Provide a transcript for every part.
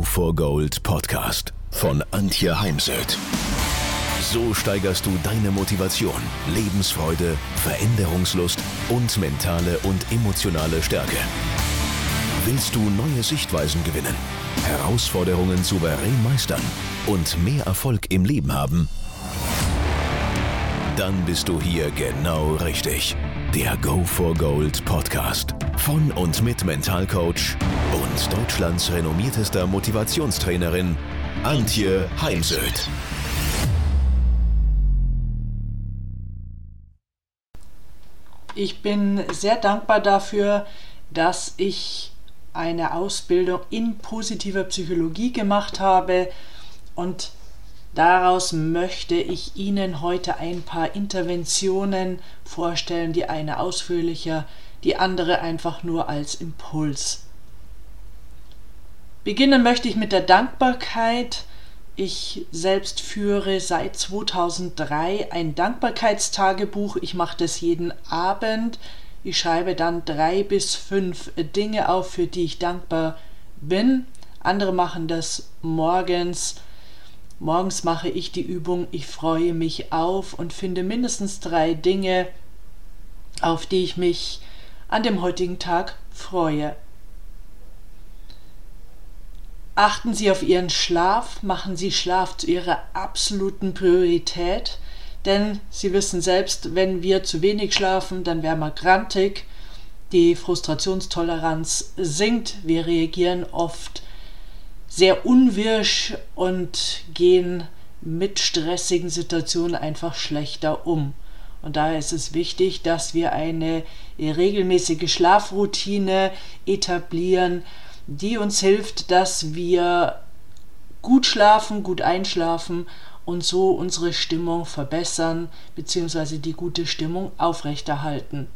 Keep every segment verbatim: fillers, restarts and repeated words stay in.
for Gold Podcast von Antje Heimsöth. So steigerst du deine Motivation, Lebensfreude, Veränderungslust und mentale und emotionale Stärke. Willst du neue Sichtweisen gewinnen, Herausforderungen souverän meistern und mehr Erfolg im Leben haben? Dann bist du hier genau richtig. Der Go for Gold Podcast von und mit Mentalcoach und Deutschlands renommiertester Motivationstrainerin Antje Heimsöth. Ich bin sehr dankbar dafür, dass ich eine Ausbildung in positiver Psychologie gemacht habe, und daraus möchte ich Ihnen heute ein paar Interventionen vorstellen, die eine ausführlicher, die andere einfach nur als Impuls. Beginnen möchte ich mit der Dankbarkeit. Ich selbst führe seit zweitausenddrei ein Dankbarkeitstagebuch. Ich mache das jeden Abend. Ich schreibe dann drei bis fünf Dinge auf, für die ich dankbar bin. Andere machen das morgens. Morgens mache ich die Übung, ich freue mich auf und finde mindestens drei Dinge, auf die ich mich an dem heutigen Tag freue. Achten Sie auf Ihren Schlaf, machen Sie Schlaf zu Ihrer absoluten Priorität, denn Sie wissen selbst, wenn wir zu wenig schlafen, dann werden wir grantig, die Frustrationstoleranz sinkt, wir reagieren oft sehr unwirsch und gehen mit stressigen Situationen einfach schlechter um. Und daher ist es wichtig, dass wir eine regelmäßige Schlafroutine etablieren, die uns hilft, dass wir gut schlafen, gut einschlafen und so unsere Stimmung verbessern bzw. die gute Stimmung aufrechterhalten.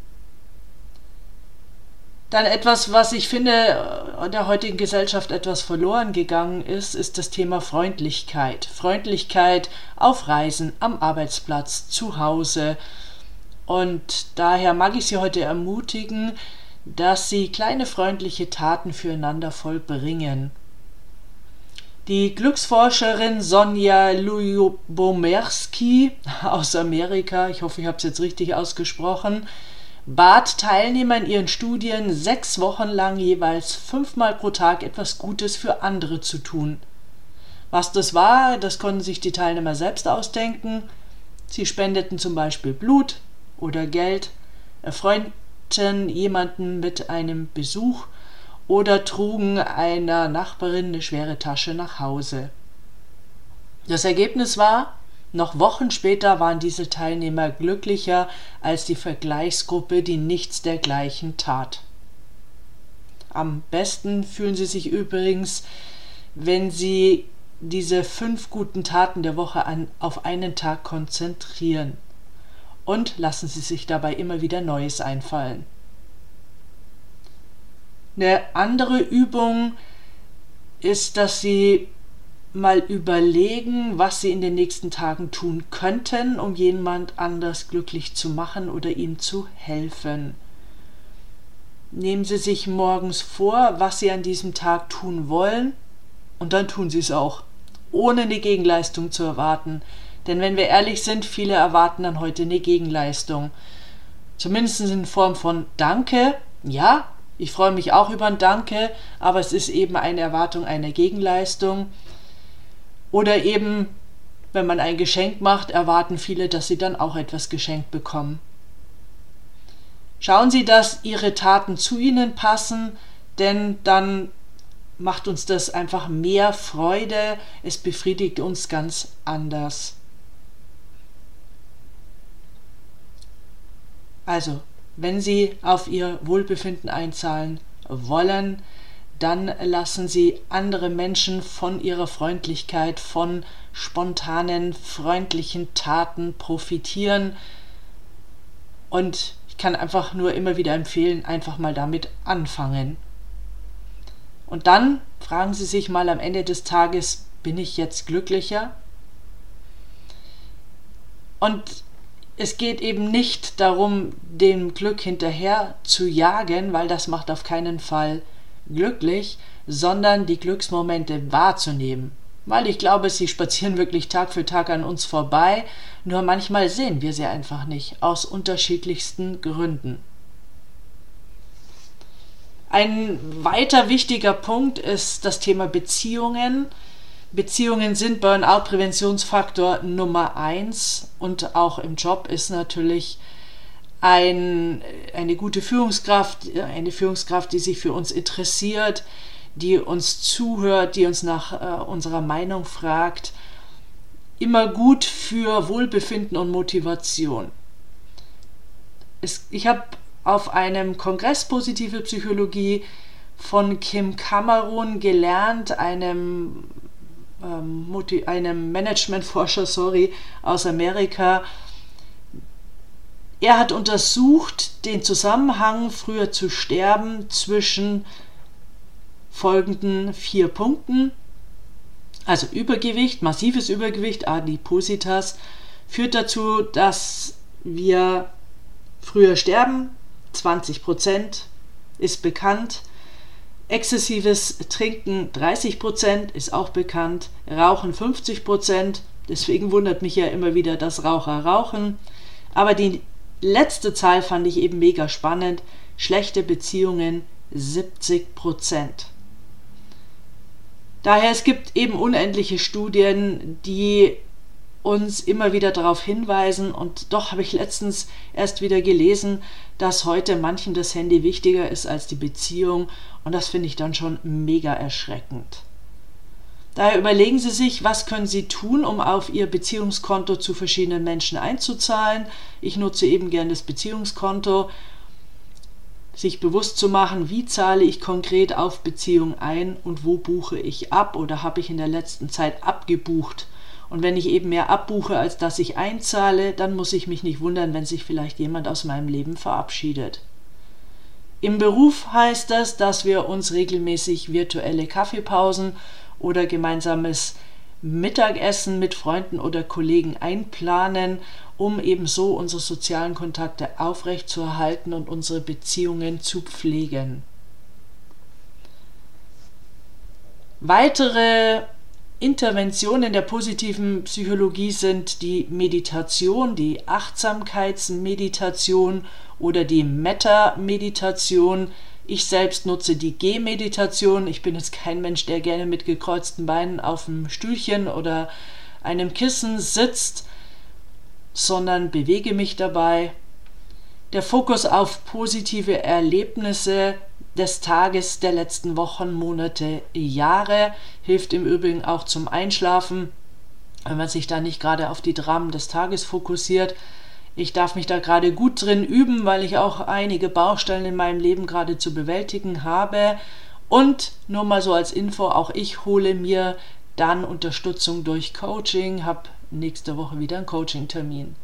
Dann etwas, was ich finde, in der heutigen Gesellschaft etwas verloren gegangen ist, ist das Thema Freundlichkeit. Freundlichkeit auf Reisen, am Arbeitsplatz, zu Hause. Und daher mag ich Sie heute ermutigen, dass Sie kleine freundliche Taten füreinander vollbringen. Die Glücksforscherin Sonja Lyubomirsky aus Amerika, ich hoffe, ich habe es jetzt richtig ausgesprochen, bat Teilnehmer in ihren Studien sechs Wochen lang jeweils fünfmal pro Tag etwas Gutes für andere zu tun. Was das war, das konnten sich die Teilnehmer selbst ausdenken. Sie spendeten zum Beispiel Blut oder Geld, erfreuten jemanden mit einem Besuch oder trugen einer Nachbarin eine schwere Tasche nach Hause. Das Ergebnis war, noch Wochen später waren diese Teilnehmer glücklicher als die Vergleichsgruppe, die nichts dergleichen tat. Am besten fühlen sie sich übrigens, wenn sie diese fünf guten Taten der Woche an, auf einen Tag konzentrieren. Und lassen Sie sich dabei immer wieder Neues einfallen. Eine andere Übung ist, dass Sie mal überlegen, was Sie in den nächsten Tagen tun könnten, um jemand anders glücklich zu machen oder ihm zu helfen. Nehmen Sie sich morgens vor, was Sie an diesem Tag tun wollen, und dann tun Sie es auch, ohne eine Gegenleistung zu erwarten. Denn wenn wir ehrlich sind, viele erwarten dann heute eine Gegenleistung. Zumindest in Form von Danke. Ja, ich freue mich auch über ein Danke, aber es ist eben eine Erwartung einer Gegenleistung. Oder eben, wenn man ein Geschenk macht, erwarten viele, dass sie dann auch etwas geschenkt bekommen. Schauen Sie, dass Ihre Taten zu Ihnen passen, denn dann macht uns das einfach mehr Freude. Es befriedigt uns ganz anders. Also, wenn Sie auf Ihr Wohlbefinden einzahlen wollen, dann lassen Sie andere Menschen von ihrer Freundlichkeit, von spontanen, freundlichen Taten profitieren. Und ich kann einfach nur immer wieder empfehlen, einfach mal damit anfangen. Und dann fragen Sie sich mal am Ende des Tages, bin ich jetzt glücklicher? Und es geht eben nicht darum, dem Glück hinterher zu jagen, weil das macht auf keinen Fall glücklich, sondern die Glücksmomente wahrzunehmen. Weil ich glaube, sie spazieren wirklich Tag für Tag an uns vorbei, nur manchmal sehen wir sie einfach nicht, aus unterschiedlichsten Gründen. Ein weiter wichtiger Punkt ist das Thema Beziehungen. Beziehungen sind Burnout-Präventionsfaktor Nummer eins und auch im Job ist natürlich ein, eine gute Führungskraft, eine Führungskraft, die sich für uns interessiert, die uns zuhört, die uns nach äh, unserer Meinung fragt, immer gut für Wohlbefinden und Motivation. Es, ich habe auf einem Kongress Positive Psychologie von Kim Cameron gelernt, einem, ähm, Motiv- einem Managementforscher sorry, aus Amerika. Er hat untersucht den Zusammenhang, früher zu sterben, zwischen folgenden vier Punkten. Also Übergewicht, massives Übergewicht, Adipositas, führt dazu, dass wir früher sterben, zwanzig Prozent ist bekannt. Exzessives Trinken dreißig Prozent ist auch bekannt. Rauchen fünfzig Prozent, deswegen wundert mich ja immer wieder, dass Raucher rauchen. Aber die letzte Zahl fand ich eben mega spannend. Schlechte Beziehungen siebzig Prozent. Daher, es gibt eben unendliche Studien, die uns immer wieder darauf hinweisen, und doch habe ich letztens erst wieder gelesen, dass heute manchen das Handy wichtiger ist als die Beziehung, und das finde ich dann schon mega erschreckend. Daher überlegen Sie sich, was können Sie tun, um auf Ihr Beziehungskonto zu verschiedenen Menschen einzuzahlen. Ich nutze eben gern das Beziehungskonto. Sich bewusst zu machen, wie zahle ich konkret auf Beziehungen ein und wo buche ich ab oder habe ich in der letzten Zeit abgebucht. Und wenn ich eben mehr abbuche, als dass ich einzahle, dann muss ich mich nicht wundern, wenn sich vielleicht jemand aus meinem Leben verabschiedet. Im Beruf heißt das, dass wir uns regelmäßig virtuelle Kaffeepausen oder gemeinsames Mittagessen mit Freunden oder Kollegen einplanen, um eben so unsere sozialen Kontakte aufrechtzuerhalten und unsere Beziehungen zu pflegen. Weitere Interventionen der positiven Psychologie sind die Meditation, die Achtsamkeitsmeditation oder die Metta-Meditation. Ich selbst nutze die Gehmeditation. Ich bin jetzt kein Mensch, der gerne mit gekreuzten Beinen auf einem Stühlchen oder einem Kissen sitzt, sondern bewege mich dabei. Der Fokus auf positive Erlebnisse des Tages, der letzten Wochen, Monate, Jahre hilft im Übrigen auch zum Einschlafen, wenn man sich da nicht gerade auf die Dramen des Tages fokussiert. Ich darf mich da gerade gut drin üben, weil ich auch einige Baustellen in meinem Leben gerade zu bewältigen habe. Und nur mal so als Info, auch ich hole mir dann Unterstützung durch Coaching, habe nächste Woche wieder einen Coaching-Termin.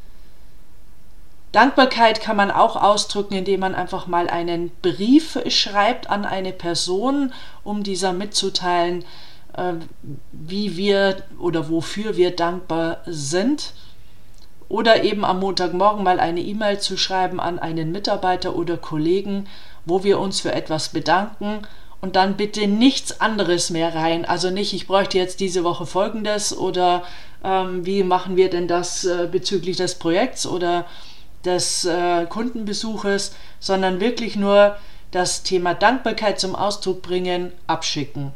Dankbarkeit kann man auch ausdrücken, indem man einfach mal einen Brief schreibt an eine Person, um dieser mitzuteilen, wie wir oder wofür wir dankbar sind. Oder eben am Montagmorgen mal eine E-Mail zu schreiben an einen Mitarbeiter oder Kollegen, wo wir uns für etwas bedanken, und dann bitte nichts anderes mehr rein. Also nicht, ich bräuchte jetzt diese Woche Folgendes oder ähm, wie machen wir denn das äh, bezüglich des Projekts oder des äh, Kundenbesuches, sondern wirklich nur das Thema Dankbarkeit zum Ausdruck bringen, abschicken.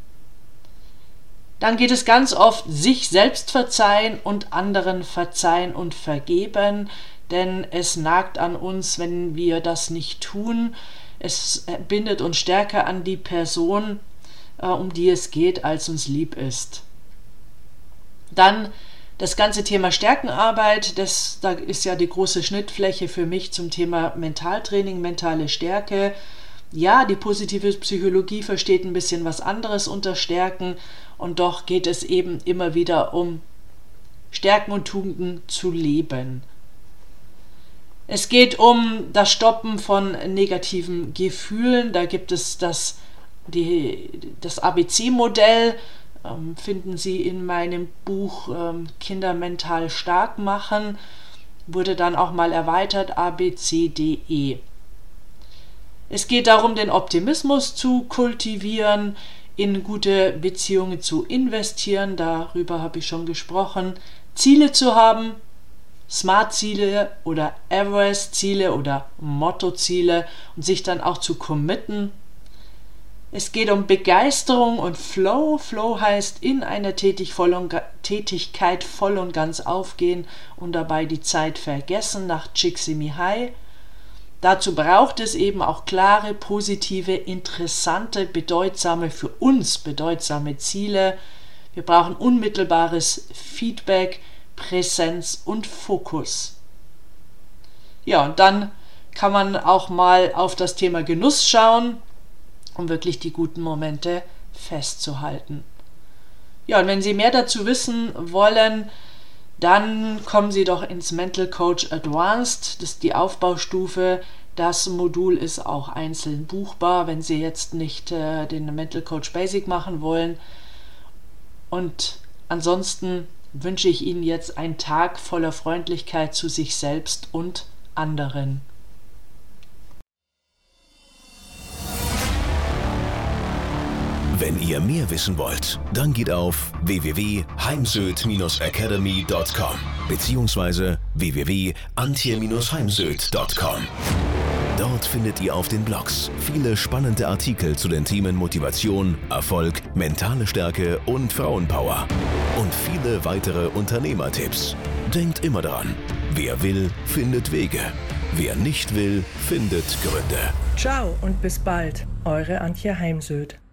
Dann geht es ganz oft, sich selbst verzeihen und anderen verzeihen und vergeben, denn es nagt an uns, wenn wir das nicht tun. Es bindet uns stärker an die Person, äh, um die es geht, als uns lieb ist. Dann das ganze Thema Stärkenarbeit, das, da ist ja die große Schnittfläche für mich zum Thema Mentaltraining, mentale Stärke. Ja, die positive Psychologie versteht ein bisschen was anderes unter Stärken, und doch geht es eben immer wieder um Stärken und Tugenden zu leben. Es geht um das Stoppen von negativen Gefühlen. Da gibt es das, die, das A B C-Modell, ähm, finden Sie in meinem Buch ähm, Kinder mental stark machen, wurde dann auch mal erweitert, A B C D E. Es geht darum, den Optimismus zu kultivieren, in gute Beziehungen zu investieren, darüber habe ich schon gesprochen, Ziele zu haben, Smart-Ziele oder Everest-Ziele oder Motto-Ziele und sich dann auch zu committen. Es geht um Begeisterung und Flow. Flow heißt in einer Tätigkeit voll und ganz aufgehen und dabei die Zeit vergessen nach Csikszentmihalyi. Dazu braucht es eben auch klare, positive, interessante, bedeutsame, für uns bedeutsame Ziele. Wir brauchen unmittelbares Feedback, Präsenz und Fokus. Ja, und dann kann man auch mal auf das Thema Genuss schauen, um wirklich die guten Momente festzuhalten. Ja, und wenn Sie mehr dazu wissen wollen, dann kommen Sie doch ins Mental Coach Advanced, das ist die Aufbaustufe. Das Modul ist auch einzeln buchbar, wenn Sie jetzt nicht äh, den Mental Coach Basic machen wollen. Und ansonsten wünsche ich Ihnen jetzt einen Tag voller Freundlichkeit zu sich selbst und anderen. Wenn ihr mehr wissen wollt, dann geht auf w w w punkt heimsöd Bindestrich academy punkt com beziehungsweise w w w punkt antje Bindestrich heimsöd punkt com. Dort findet ihr auf den Blogs viele spannende Artikel zu den Themen Motivation, Erfolg, mentale Stärke und Frauenpower und viele weitere Unternehmertipps. Denkt immer daran, wer will, findet Wege. Wer nicht will, findet Gründe. Ciao und bis bald, eure Antje Heimsöd.